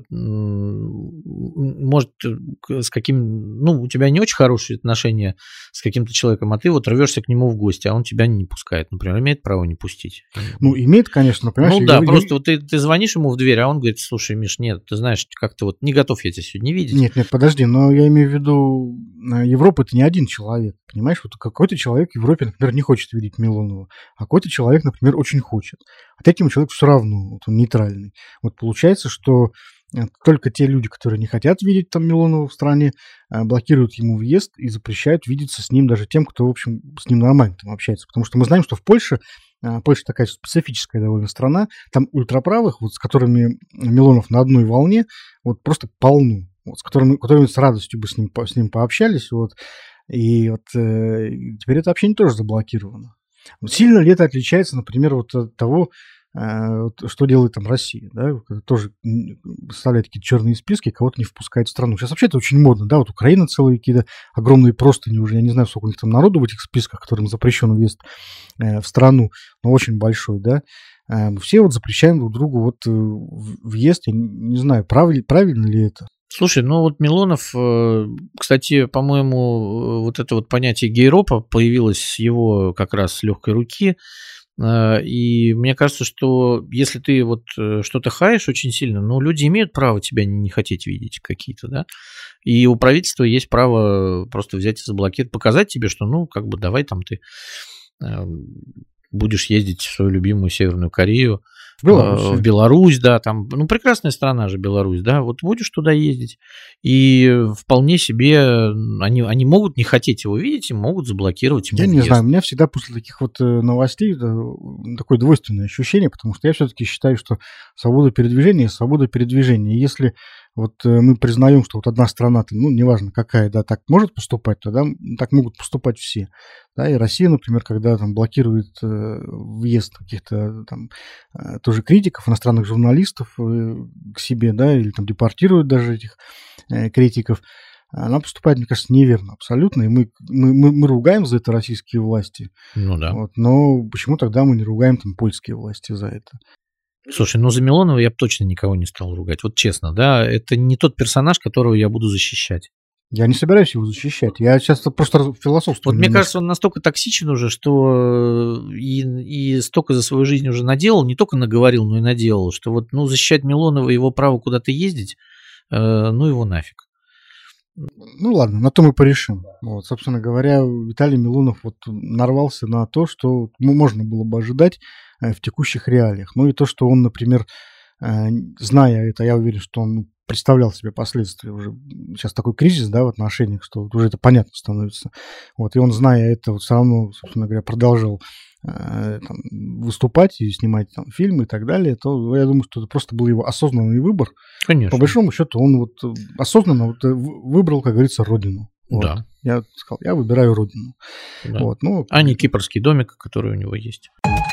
[SPEAKER 1] может, с каким... Ну, у тебя не очень хорошие отношения с каким-то человеком, а ты вот рвешься к нему в гости, а он тебя не пускает, например, имеет право не пустить.
[SPEAKER 2] Ну, имеет, конечно, понимаешь.
[SPEAKER 1] Ну да, просто вот ты звонишь ему в дверь, а он говорит: слушай, Миш, нет, ты знаешь, как-то вот не готов я тебя сегодня видеть.
[SPEAKER 2] Нет, подожди, но я имею в виду, Европа — это не один человек, понимаешь? Вот какой-то человек в Европе, например, не хочет видеть Милонова, а какой-то человек, например, очень хочет. А третьему человеку все равно, вот он нейтральный. Вот получается, что только те люди, которые не хотят видеть там Милонова в стране, блокируют ему въезд и запрещают видеться с ним даже тем, кто, в общем, с ним нормально там общается. Потому что мы знаем, что в Польша такая специфическая довольно страна, там ультраправых, вот с которыми Милонов на одной волне, вот просто полно, вот, с которыми с радостью бы с ним пообщались, вот, и вот теперь это общение тоже заблокировано. Сильно ли это отличается, например, вот от того, что делает там Россия, да, когда тоже составляет какие-то черные списки, кого-то не впускает в страну. Сейчас вообще это очень модно, да, вот Украина целые какие-то огромные простыни уже, я не знаю, сколько у них там народу в этих списках, которым запрещен въезд в страну, но очень большой, да. Мы все вот запрещаем друг другу вот въезд, я не знаю, правильно ли это.
[SPEAKER 1] Слушай, ну вот Милонов, кстати, по-моему, вот это вот понятие гейропа появилось с его как раз с легкой руки. И мне кажется, что если ты вот что-то хаешь очень сильно, ну, люди имеют право тебя не хотеть видеть какие-то, да, и у правительства есть право просто взять и заблокировать, показать тебе, что, ну, как бы давай там ты будешь ездить в свою любимую Северную Корею, в Беларусь, да, там, ну, прекрасная страна же Беларусь, да, вот будешь туда ездить, и вполне себе они могут не хотеть его видеть и могут заблокировать ему
[SPEAKER 2] въезд.
[SPEAKER 1] Я
[SPEAKER 2] не знаю, у меня всегда после таких вот новостей такое двойственное ощущение, потому что я все-таки считаю, что свобода передвижения. Если вот мы признаем, что вот одна страна, ну, неважно какая, да, так может поступать, тогда так могут поступать все. Да, и Россия, например, когда там блокирует въезд каких-то там тоже критиков, иностранных журналистов к себе, да, или там депортирует даже этих критиков, она поступает, мне кажется, неверно абсолютно, и мы ругаем за это российские власти.
[SPEAKER 1] Ну да.
[SPEAKER 2] Вот, но почему тогда мы не ругаем там польские власти за это?
[SPEAKER 1] Слушай, ну за Милонова я бы точно никого не стал ругать. Вот честно, да, это не тот персонаж, которого я буду защищать.
[SPEAKER 2] Я не собираюсь его защищать. Я сейчас просто философствую.
[SPEAKER 1] Вот мне кажется, он настолько токсичен уже, что и столько за свою жизнь уже наделал, не только наговорил, но и наделал, что вот, ну, защищать Милонова и его право куда-то ездить, ну, его нафиг.
[SPEAKER 2] Ну, ладно, на то мы порешим. Вот, собственно говоря, Виталий Милонов вот нарвался на то, что можно было бы ожидать в текущих реалиях. Ну, и то, что он, например, зная это, я уверен, что он представлял себе последствия уже. Сейчас такой кризис, да, в отношениях, что уже это понятно становится. Вот, и он, зная это, вот все равно, собственно говоря, продолжал там, выступать и снимать там фильмы и так далее, то я думаю, что это просто был его осознанный выбор.
[SPEAKER 1] Конечно.
[SPEAKER 2] По большому счету он вот осознанно вот выбрал, как говорится, родину. Вот.
[SPEAKER 1] Да.
[SPEAKER 2] Я сказал, я выбираю родину.
[SPEAKER 1] Да.
[SPEAKER 2] Вот, ну,
[SPEAKER 1] а не кипрский домик, который у него есть.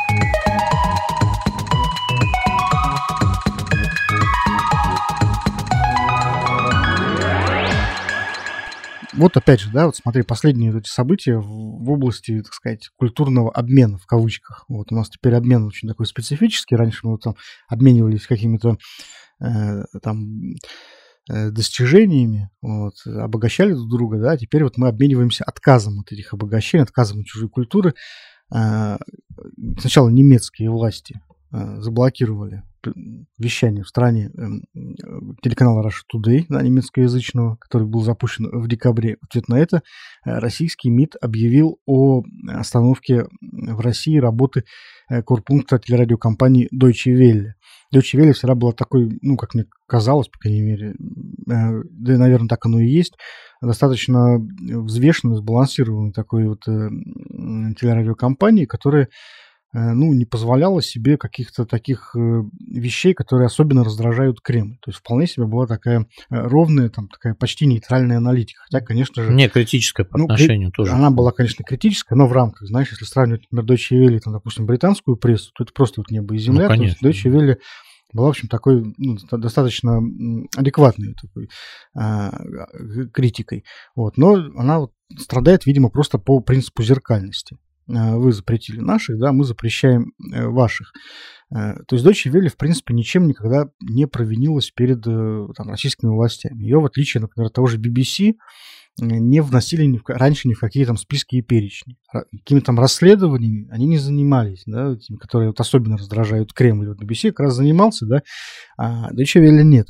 [SPEAKER 2] Вот опять же, да, вот смотри, последние эти события в области, так сказать, культурного обмена, в кавычках. Вот у нас теперь обмен очень такой специфический. Раньше мы вот там обменивались какими-то достижениями, вот, обогащали друг друга, да, теперь вот мы обмениваемся отказом от этих обогащений, отказом от чужой культуры. Сначала немецкие власти заблокировали вещания в стране телеканала Russia Today, да, немецкоязычного, который был запущен в декабре. В ответ на это российский МИД объявил о остановке в России работы корпункта телерадиокомпании Deutsche Welle. Deutsche Welle всегда была такой, ну, как мне казалось, по крайней мере, да и, наверное, так оно и есть, достаточно взвешенной, сбалансированной такой вот телерадиокомпании, которая не позволяла себе каких-то таких вещей, которые особенно раздражают Кремль. То есть вполне себе была такая ровная, там, такая почти нейтральная аналитика. Хотя, конечно же...
[SPEAKER 1] Не критическая по отношению тоже.
[SPEAKER 2] Она была, конечно, критическая, но в рамках, знаешь, если сравнивать, например, Deutsche Welle, там, допустим, британскую прессу, то это просто вот небо и земля.
[SPEAKER 1] Ну, конечно.
[SPEAKER 2] То есть Deutsche Welle была, в общем, такой достаточно адекватной такой критикой. Вот. Но она вот страдает, видимо, просто по принципу зеркальности. Вы запретили наших, да, мы запрещаем ваших. То есть Deutsche Welle, в принципе, ничем никогда не провинилась перед там, российскими властями. Ее, в отличие, например, от того же BBC, не вносили раньше ни в какие там списки и перечни. Какими-то там расследованиями они не занимались, да, этими, которые вот особенно раздражают Кремль. Вот BBC как раз занимался, да, а Deutsche Welle нет.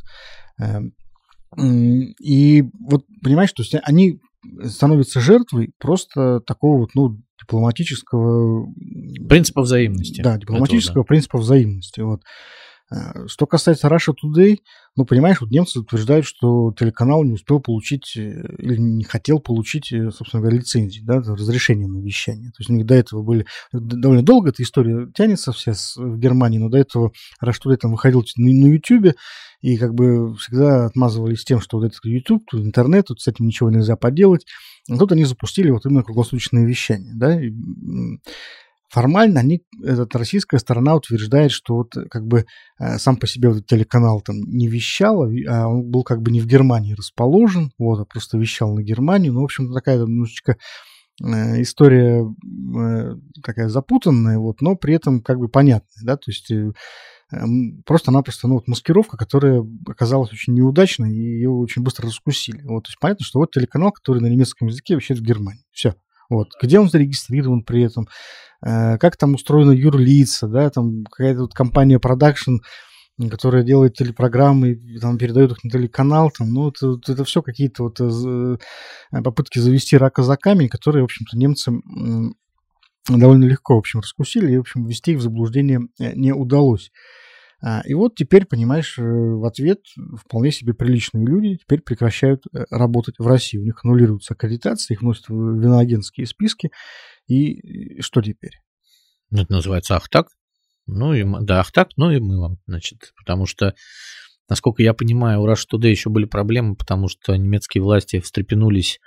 [SPEAKER 2] И вот, понимаешь, то есть они становятся жертвой просто такого вот, дипломатического...
[SPEAKER 1] Принципа взаимности.
[SPEAKER 2] Да, дипломатического принципа взаимности. Вот. Что касается Russia Today, понимаешь, вот немцы утверждают, что телеканал не успел получить или не хотел получить, собственно говоря, лицензии, да, разрешение на вещание. То есть у них до этого были... Довольно долго эта история тянется вся в Германии, но до этого Russia Today там выходил на YouTube, и как бы всегда отмазывались тем, что вот этот YouTube, интернет, тут с этим ничего нельзя поделать. А тут они запустили вот именно круглосуточное вещание, да, и формально российская сторона утверждает, что вот как бы сам по себе вот этот телеканал там не вещал, а он был как бы не в Германии расположен, вот, а просто вещал на Германию. Ну, в общем, такая немножечко история такая запутанная, вот, но при этом как бы понятная, да, то есть просто-напросто маскировка, которая оказалась очень неудачной, и ее очень быстро раскусили. Вот, то есть понятно, что вот телеканал, который на немецком языке вещает в Германии. Все. Вот. Где он зарегистрирован при этом, как там устроено юрлица, да, там какая-то вот компания продакшн, которая делает телепрограммы, там передает их на телеканал, там, это все какие-то вот попытки завести рака за камень, которые, в общем-то, немцы довольно легко, в общем, раскусили, и, в общем, ввести их в заблуждение не удалось. И вот теперь, понимаешь, в ответ вполне себе приличные люди теперь прекращают работать в России. У них аннулируются аккредитации, их вносят в иноагентские списки. И что теперь?
[SPEAKER 1] Это называется Ахтак. Ахтак, и мы вам, значит. Потому что, насколько я понимаю, у Russia Today еще были проблемы, потому что немецкие власти встрепенулись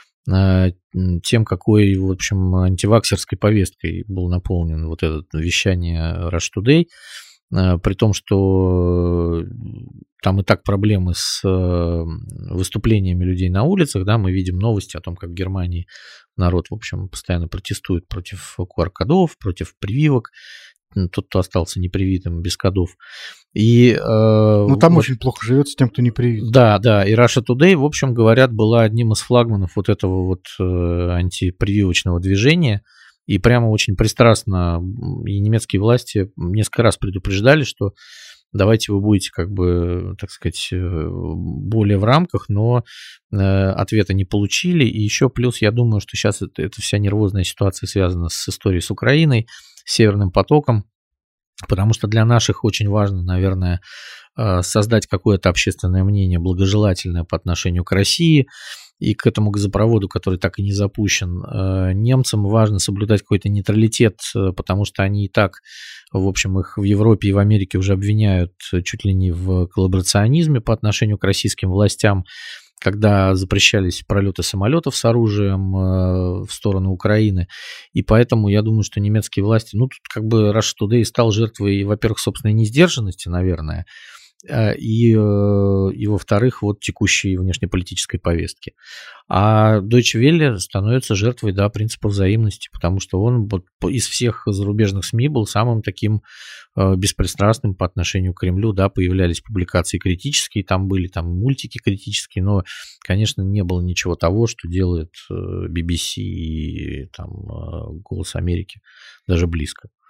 [SPEAKER 1] тем, какой, в общем, антиваксерской повесткой был наполнен вот это вещание Russia Today. При том, что там и так проблемы с выступлениями людей на улицах, да, мы видим новости о том, как в Германии народ, в общем, постоянно протестует против QR-кодов, против прививок, тот, кто остался непривитым, без кодов. И,
[SPEAKER 2] там очень плохо живется тем, кто не привит.
[SPEAKER 1] Да, и Russia Today, в общем, говорят, была одним из флагманов вот этого вот антипрививочного движения. И прямо очень пристрастно и немецкие власти несколько раз предупреждали, что давайте вы будете, как бы, так сказать, более в рамках, но ответа не получили. И еще плюс, я думаю, что сейчас эта вся нервозная ситуация связана с историей с Украиной, с Северным потоком, потому что для наших очень важно, наверное, создать какое-то общественное мнение благожелательное по отношению к России. И к этому газопроводу, который так и не запущен, немцам важно соблюдать какой-то нейтралитет, потому что они и так, в общем, их в Европе и в Америке уже обвиняют чуть ли не в коллаборационизме по отношению к российским властям, когда запрещались пролеты самолетов с оружием в сторону Украины. И поэтому я думаю, что немецкие власти, тут как бы Russia Today стал жертвой, во-первых, собственной несдержанности, наверное, и во-вторых, вот текущей внешнеполитической повестки. А Deutsche Welle становится жертвой, да, принципа взаимности, потому что он вот из всех зарубежных СМИ был самым таким беспристрастным по отношению к Кремлю, да, появлялись публикации критические, там были мультики критические, но, конечно, не было ничего того, что делает BBC и «Голос Америки», даже близко.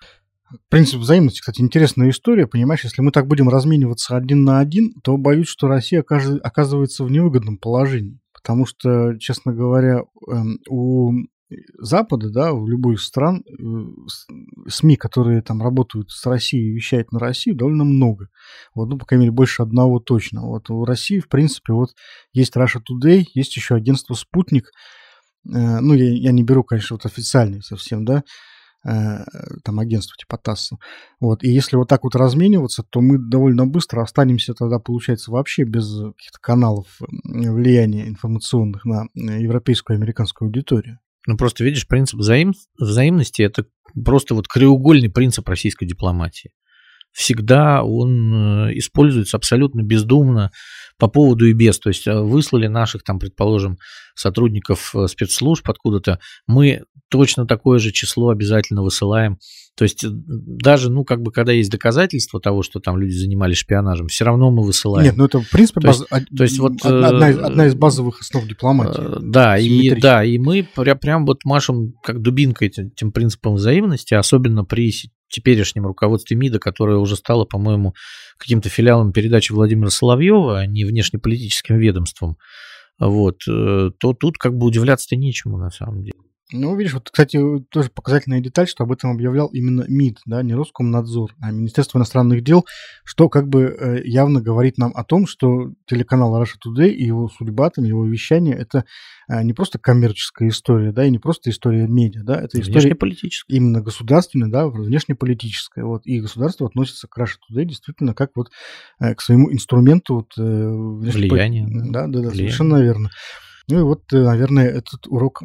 [SPEAKER 2] Принцип взаимности, кстати, интересная история. Понимаешь, если мы так будем размениваться один на один, то боюсь, что Россия оказывается в невыгодном положении. Потому что, честно говоря, у Запада, да, у любых стран, СМИ, которые там работают с Россией и вещают на Россию, довольно много. Вот, ну, по крайней мере, больше одного точно. Вот у России, в принципе, вот есть Russia Today, есть еще агентство «Спутник». Ну, я не беру, конечно, вот официальные совсем, да, там агентство типа ТАССа. Вот. И если вот так вот размениваться, то мы довольно быстро останемся тогда, получается, вообще без каких-то каналов влияния информационных на европейскую и американскую аудиторию.
[SPEAKER 1] Ну, просто видишь, принцип взаимности – это просто вот краеугольный принцип российской дипломатии. Всегда он используется абсолютно бездумно по поводу и без. То есть выслали наших, там, предположим, сотрудников спецслужб откуда-то, мы точно такое же число обязательно высылаем. То есть даже, ну, как бы, когда есть доказательства того, что там люди занимались шпионажем, все равно мы высылаем.
[SPEAKER 2] Нет, ну это, в принципе,
[SPEAKER 1] то есть вот,
[SPEAKER 2] одна из базовых основ дипломатии.
[SPEAKER 1] Да, и мы прям вот машем как дубинкой этим принципом взаимности, особенно при теперешнем руководстве МИДа, которое уже стало, по-моему, каким-то филиалом передачи Владимира Соловьева, а не внешнеполитическим ведомством. Вот, то тут как бы удивляться-то нечему на самом деле.
[SPEAKER 2] Ну, видишь, вот, кстати, тоже показательная деталь, что об этом объявлял именно МИД, да, не Роскомнадзор, а Министерство иностранных дел, что как бы явно говорит нам о том, что телеканал Russia Today и его судьба, там, его вещание, это не просто коммерческая история, да, и не просто история медиа, да, это история
[SPEAKER 1] внешнеполитическая,
[SPEAKER 2] именно государственная, да, внешнеполитическая, вот, и государство относится к Russia Today действительно как вот к своему инструменту вот,
[SPEAKER 1] влияния.
[SPEAKER 2] Да, совершенно верно. Ну и вот, наверное, этот урок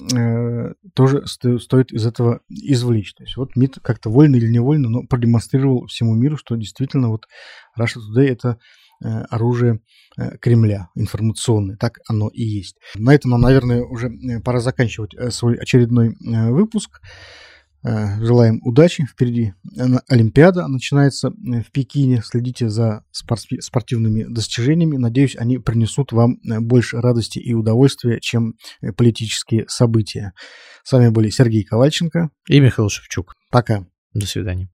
[SPEAKER 2] тоже стоит из этого извлечь. То есть вот МИД как-то вольно или невольно, но продемонстрировал всему миру, что действительно вот Russia Today – это оружие Кремля информационное. Так оно и есть. На этом нам, наверное, уже пора заканчивать свой очередной выпуск. Желаем удачи. Впереди Олимпиада начинается в Пекине. Следите за спортивными достижениями. Надеюсь, они принесут вам больше радости и удовольствия, чем политические события. С вами были Сергей Ковальченко
[SPEAKER 1] и Михаил Шевчук.
[SPEAKER 2] Пока.
[SPEAKER 1] До свидания.